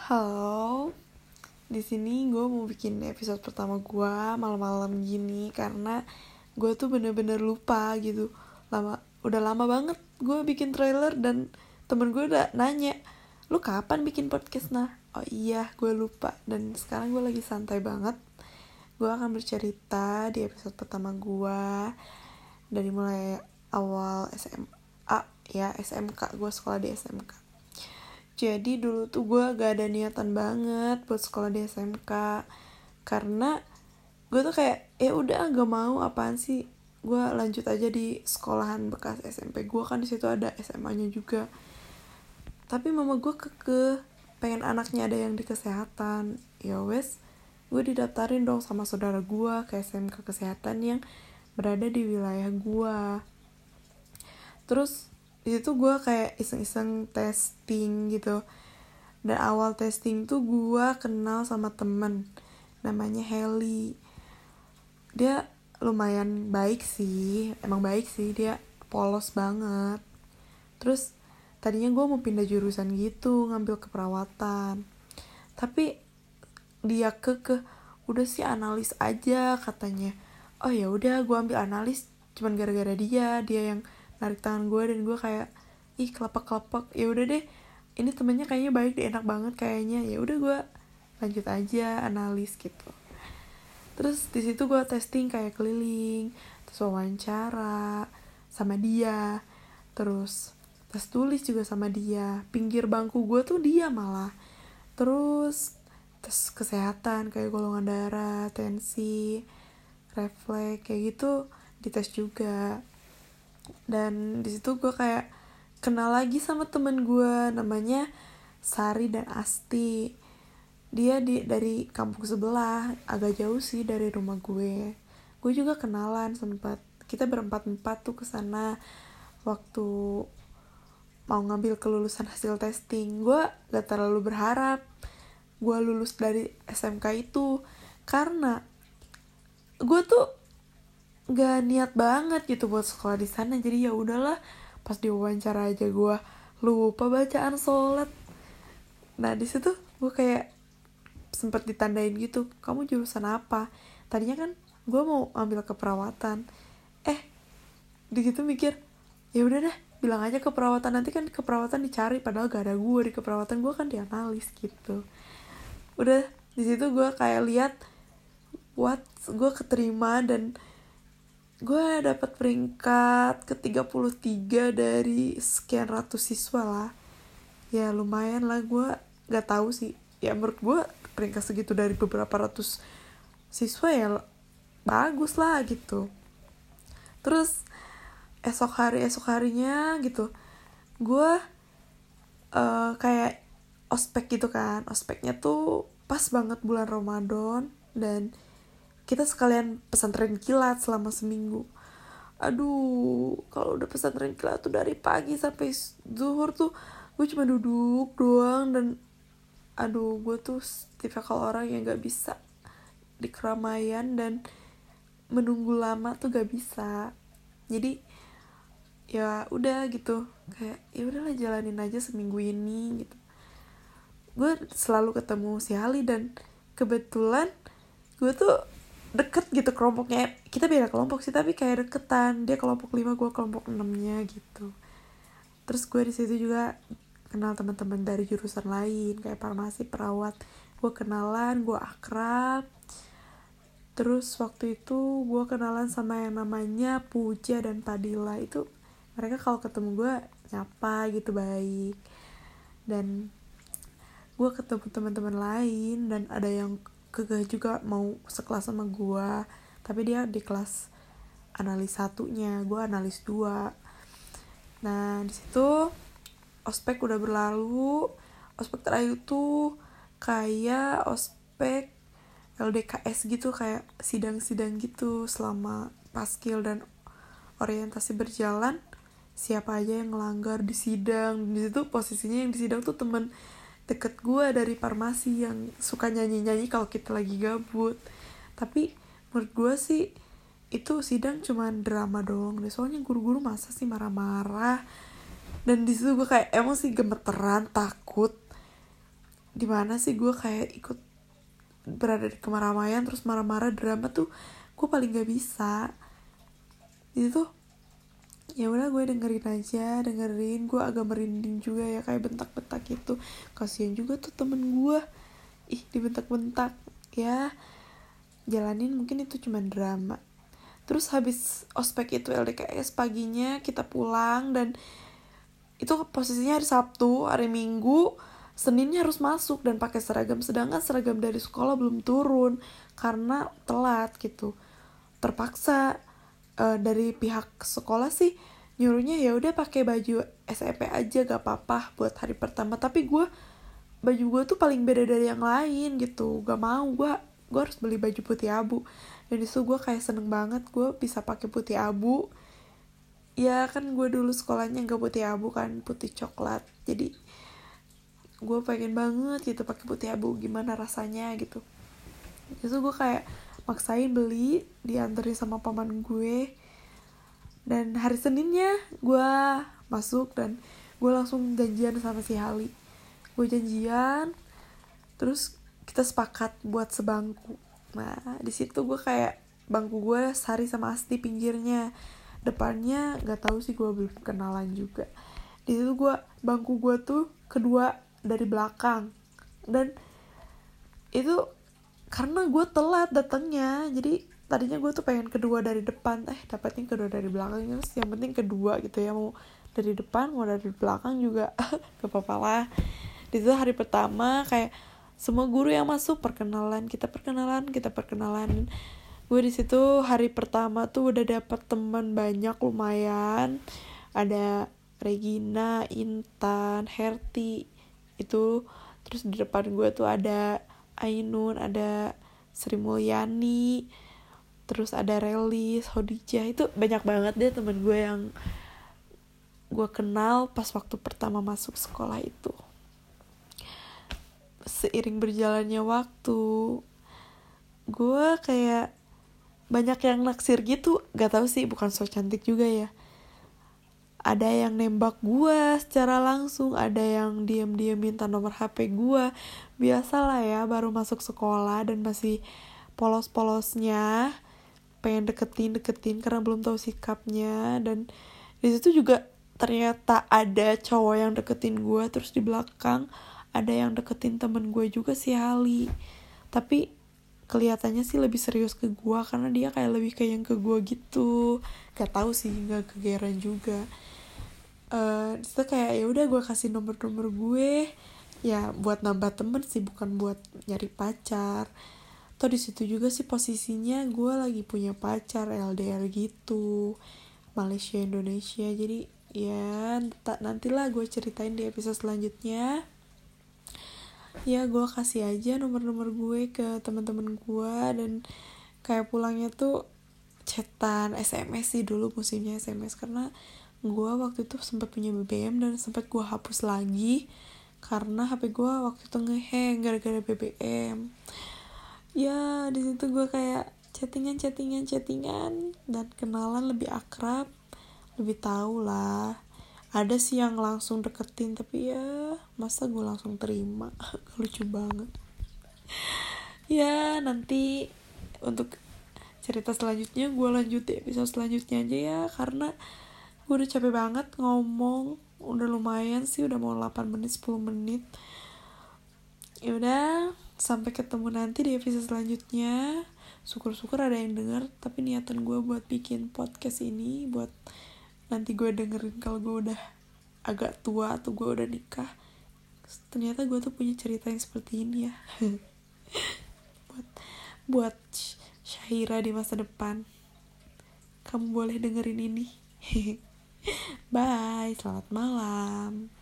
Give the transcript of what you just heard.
Halo, di sini gue mau bikin episode pertama gue malam-malam gini karena gue tuh bener-bener lupa gitu. Udah lama banget gue bikin trailer dan temen gue udah nanya, lu kapan bikin podcast? Oh iya, gue lupa dan sekarang gue lagi santai banget. Gue akan bercerita di episode pertama gue dari mulai awal SMA ya, SMK, gue sekolah di SMK. Jadi dulu tuh gue gak ada niatan banget buat sekolah di SMK karena gue tuh kayak udah gak mau, apaan sih, gue lanjut aja di sekolahan bekas SMP gue, kan di situ ada SMA-nya juga. Tapi mama gue pengen anaknya ada yang di kesehatan. Ya wes, gue didaftarin dong sama saudara gue ke SMK kesehatan yang berada di wilayah gue. Terus di situ gue kayak iseng-iseng testing gitu. Dan awal testing tuh gue kenal sama temen namanya Heli. Dia lumayan baik sih, emang baik sih, dia polos banget. Terus tadinya gue mau pindah jurusan gitu, ngambil keperawatan. Tapi dia udah sih analis aja katanya. Oh ya udah, gue ambil analis cuman gara-gara dia yang narik tangan gue, dan gue kayak kelepak. Ya udah deh, ini temennya kayaknya baik deh, enak banget kayaknya. Ya udah, gue lanjut aja analis gitu. Terus di situ gue testing kayak keliling, terus wawancara sama dia, terus tes tulis juga sama dia. Pinggir bangku gue tuh dia malah. Terus tes kesehatan kayak golongan darah, tensi, refleks kayak gitu dites juga. Dan di situ gue kayak kenal lagi sama temen gue namanya Sari dan Asti. Dia dari kampung sebelah, agak jauh sih dari rumah gue. Gue juga kenalan sempat. Kita berempat-empat tuh kesana waktu mau ngambil kelulusan hasil testing. Gue gak terlalu berharap gue lulus dari SMK itu karena gue tuh gak niat banget gitu buat sekolah di sana. Jadi ya udahlah, pas diwawancara aja gue lupa bacaan sholat. Nah di situ gue kayak sempet ditandain gitu, kamu jurusan apa? Tadinya kan gue mau ambil keperawatan. Di situ mikir, ya udah deh, bilang aja keperawatan, nanti kan keperawatan dicari, padahal gak ada gue di keperawatan, gue kan di analis gitu. Udah di situ gue kayak lihat gue keterima dan gue dapat peringkat ke-33 dari sekian ratus siswa lah. Ya lumayan lah, gue gak tahu sih, ya menurut gue peringkat segitu dari beberapa ratus siswa ya bagus lah gitu. Terus esok harinya gitu gue kayak ospek gitu kan. Ospeknya tuh pas banget bulan Ramadan dan kita sekalian pesantren kilat selama seminggu. Aduh, kalau udah pesantren kilat tuh dari pagi sampai zuhur tuh gue cuma duduk doang. Dan aduh, gue tuh tipikal orang yang gak bisa di keramaian dan menunggu lama tuh gak bisa. Jadi ya udah gitu, kayak ya udahlah jalanin aja seminggu ini gitu. Gue selalu ketemu si Ali dan kebetulan gue tuh deket gitu kelompoknya. Kita beda kelompok sih tapi kayak deketan. Dia kelompok 5, gue kelompok 6-nya gitu. Terus gue di situ juga kenal teman-teman dari jurusan lain kayak farmasi, perawat. Gue kenalan, gue akrab. Terus waktu itu gue kenalan sama yang namanya Puja dan Padilla. Itu mereka kalau ketemu gue nyapa gitu, baik. Dan gue ketemu teman-teman lain dan ada yang kegah juga mau sekelas sama gue, tapi dia di kelas analis 1-nya, gue analis 2. Nah di situ ospek udah berlalu. Ospek terakhir tuh kayak ospek LDKS gitu, kayak sidang-sidang gitu selama paskil dan orientasi berjalan. Siapa aja yang ngelanggar di sidang. Di situ posisinya yang di sidang tuh temen deket gue dari farmasi yang suka nyanyi-nyanyi kalau kita lagi gabut. Tapi menurut gue sih itu sidang cuman drama doang deh, soalnya guru-guru masa sih marah-marah. Dan di situ gue kayak emosi, gemeteran, takut. dimana sih gue kayak ikut berada di keramaian terus marah-marah drama tuh gue paling gak bisa. Itu tuh ya udah gue dengerin, gue agak merinding juga ya, kayak bentak-bentak gitu. Kasian juga tuh temen gue, dibentak-bentak ya. Jalanin mungkin itu cuma drama. Terus habis ospek itu LDKS, paginya kita pulang, dan itu posisinya hari Sabtu, hari Minggu, Seninnya harus masuk dan pakai seragam, sedangkan seragam dari sekolah belum turun karena telat gitu. Terpaksa dari pihak sekolah sih nyuruhnya ya udah pakai baju SMP aja gak apa-apa buat hari pertama, tapi baju gue tuh paling beda dari yang lain gitu, gak mau, gue harus beli baju putih abu. Dan disitu gue kayak seneng banget gue bisa pakai putih abu. Ya kan gue dulu sekolahnya gak putih abu kan, putih coklat, jadi gue pengen banget gitu pakai putih abu, gimana rasanya gitu. Itu gue kayak maksain beli, dianterin sama paman gue. Dan hari Seninnya gue masuk dan gue langsung janjian sama si Hali. Gue janjian, terus kita sepakat buat sebangku. Nah di situ gue kayak bangku gue Sari sama Asti pinggirnya, depannya nggak tahu sih, gue belum kenalan juga. Di situ bangku gue tuh kedua dari belakang, dan itu karena gue telat datangnya, jadi tadinya gue tuh pengen kedua dari depan, dapatnya kedua dari belakang. Terus yang penting kedua gitu ya, mau dari depan mau dari belakang juga gak apa-apa lah. Di situ hari pertama kayak semua guru yang masuk perkenalan. Gue di situ hari pertama tuh udah dapet teman banyak lumayan. Ada Regina, Intan, Herti itu. Terus di depan gue tuh ada Ainun, ada Sri Mulyani, terus ada Relis, Hodijah. Itu banyak banget deh teman gue yang gue kenal pas waktu pertama masuk sekolah itu. Seiring berjalannya waktu, gue kayak banyak yang naksir gitu. Gak tahu sih, bukan so cantik juga ya. Ada yang nembak gue secara langsung, ada yang diam-diam minta nomor HP gue. Biasalah ya, baru masuk sekolah dan masih polos-polosnya pengen deketin karena belum tahu sikapnya. Dan di situ juga ternyata ada cowok yang deketin gue, terus di belakang ada yang deketin temen gue juga, si Hali. Tapi kelihatannya sih lebih serius ke gue karena dia kayak lebih kayak yang ke gue gitu. Gak tahu sih, gak kegeran juga. Disitu kayak ya udah gue kasih nomor gue ya buat nambah temen sih, bukan buat nyari pacar. Atau di situ juga sih posisinya gue lagi punya pacar LDR gitu, Malaysia Indonesia. Jadi ya nantilah gue ceritain di episode selanjutnya. Ya gue kasih aja nomor gue ke teman-teman gue, dan kayak pulangnya tuh chatan, SMS sih dulu musimnya SMS, karena gue waktu itu sempat punya BBM dan sempat gue hapus lagi karena HP gue waktu itu ngehang gara-gara BBM. Ya di situ gue kayak chattingan dan kenalan, lebih akrab, lebih tahu lah. Ada sih yang langsung deketin, tapi ya masa gue langsung terima. Lucu banget. Ya nanti untuk cerita selanjutnya gue lanjut di episode selanjutnya aja ya, karena gue udah capek banget ngomong. Udah lumayan sih, udah mau 8 menit 10 menit. Ya udah, sampai ketemu nanti di episode selanjutnya. Syukur-syukur ada yang denger, tapi niatan gue buat bikin podcast ini buat nanti gue dengerin kalau gue udah agak tua atau gue udah nikah. Ternyata gue tuh punya cerita yang seperti ini ya. buat Syahira di masa depan. Kamu boleh dengerin ini. Bye, selamat malam.